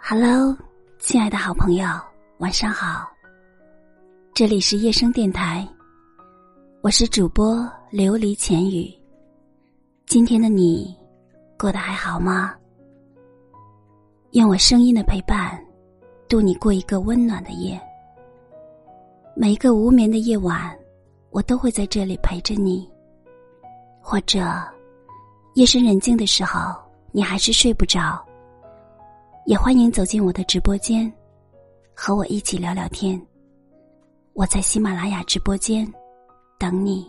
Hello， 亲爱的好朋友，晚上好。这里是夜声电台，我是主播琉璃浅语。今天的你过得还好吗？用我声音的陪伴，度你过一个温暖的夜。每一个无眠的夜晚，我都会在这里陪着你。或者夜深人静的时候，你还是睡不着，也欢迎走进我的直播间，和我一起聊聊天。我在喜马拉雅直播间等你。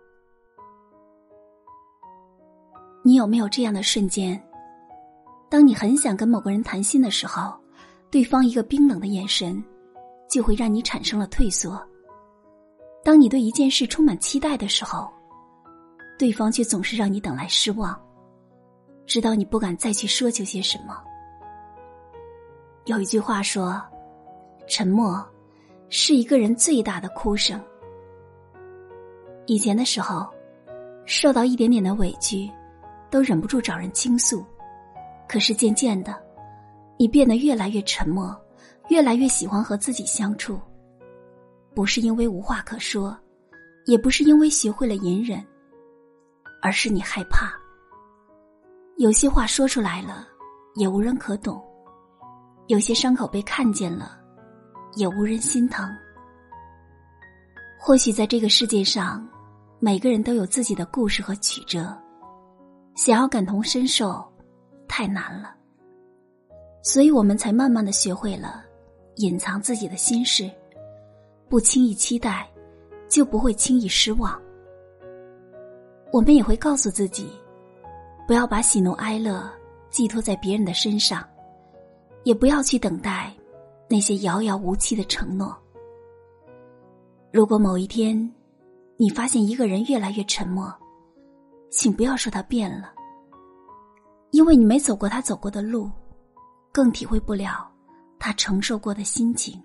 你有没有这样的瞬间，当你很想跟某个人谈心的时候，对方一个冰冷的眼神就会让你产生了退缩。当你对一件事充满期待的时候，对方却总是让你等来失望，直到你不敢再去奢求些什么。有一句话说，沉默是一个人最大的哭声。以前的时候，受到一点点的委屈都忍不住找人倾诉，可是渐渐的，你变得越来越沉默，越来越喜欢和自己相处。不是因为无话可说，也不是因为学会了隐忍，而是你害怕。有些话说出来了，也无人可懂；有些伤口被看见了，也无人心疼。或许在这个世界上，每个人都有自己的故事和曲折，想要感同身受太难了，所以我们才慢慢地学会了隐藏自己的心事，不轻易期待，就不会轻易失望。我们也会告诉自己，不要把喜怒哀乐寄托在别人的身上，也不要去等待那些遥遥无期的承诺。如果某一天你发现一个人越来越沉默，请不要说他变了，因为你没走过他走过的路，更体会不了他承受过的心情。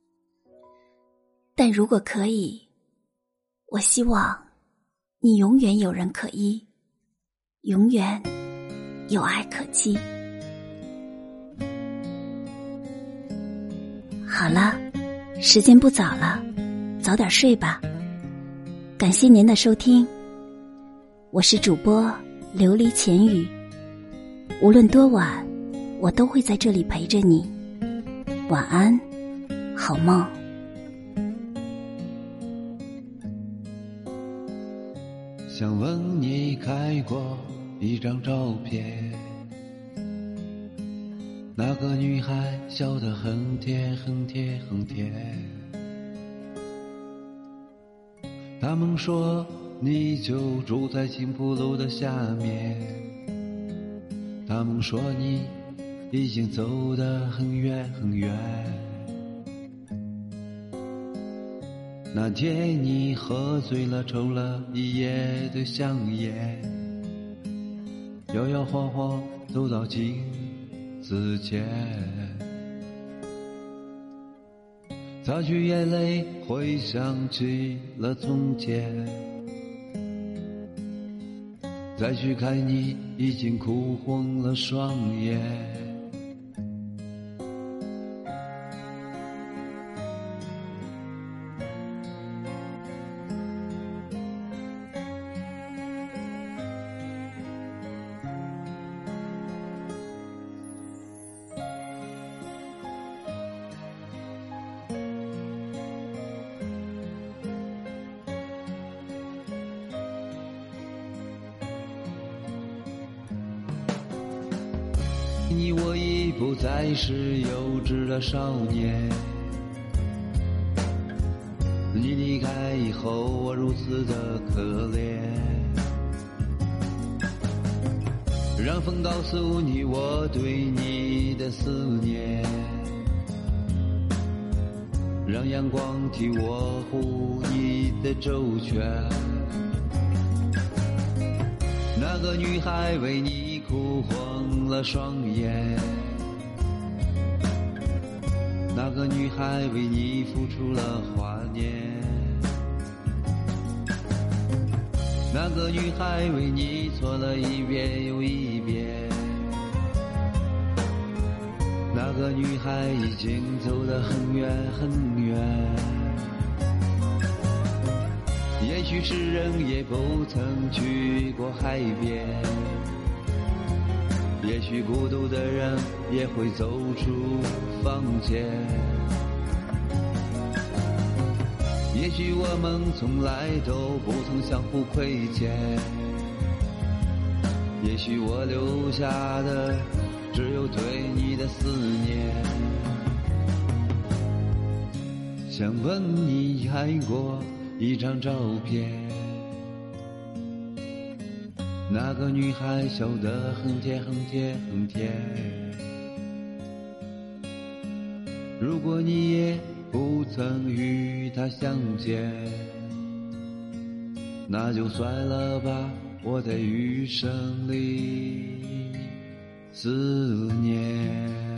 但如果可以，我希望你永远有人可依，永远有爱可期。好了，时间不早了，早点睡吧。感谢您的收听，我是主播琉璃浅语。无论多晚，我都会在这里陪着你。晚安，好梦。 想问你开过一张照片，那个女孩笑得很甜很甜很甜。他们说你就住在青浦路的下面，他们说你已经走得很远很远。那天你喝醉了，抽了一夜的香烟，摇摇晃晃走到镜子前，擦去眼泪，回想起了从前，再去看你已经哭红了双眼。你我已不再是幼稚的少年，你离开以后我如此的可怜，让风告诉你我对你的思念，让阳光替我护你的周全。那个女孩为你哭红了双眼，那个女孩为你付出了华年，那个女孩为你错了一遍又一遍，那个个女孩已经走得很远很远，也许诗人也不曾去过海边，也许孤独的人也会走出房间，也许我们从来都不曾相互亏欠，也许我留下的只有对你的思念。想问你看过一张照片，那个女孩笑得很甜很甜很甜。如果你也不曾与她相见，那就算了吧，我在余生里思念。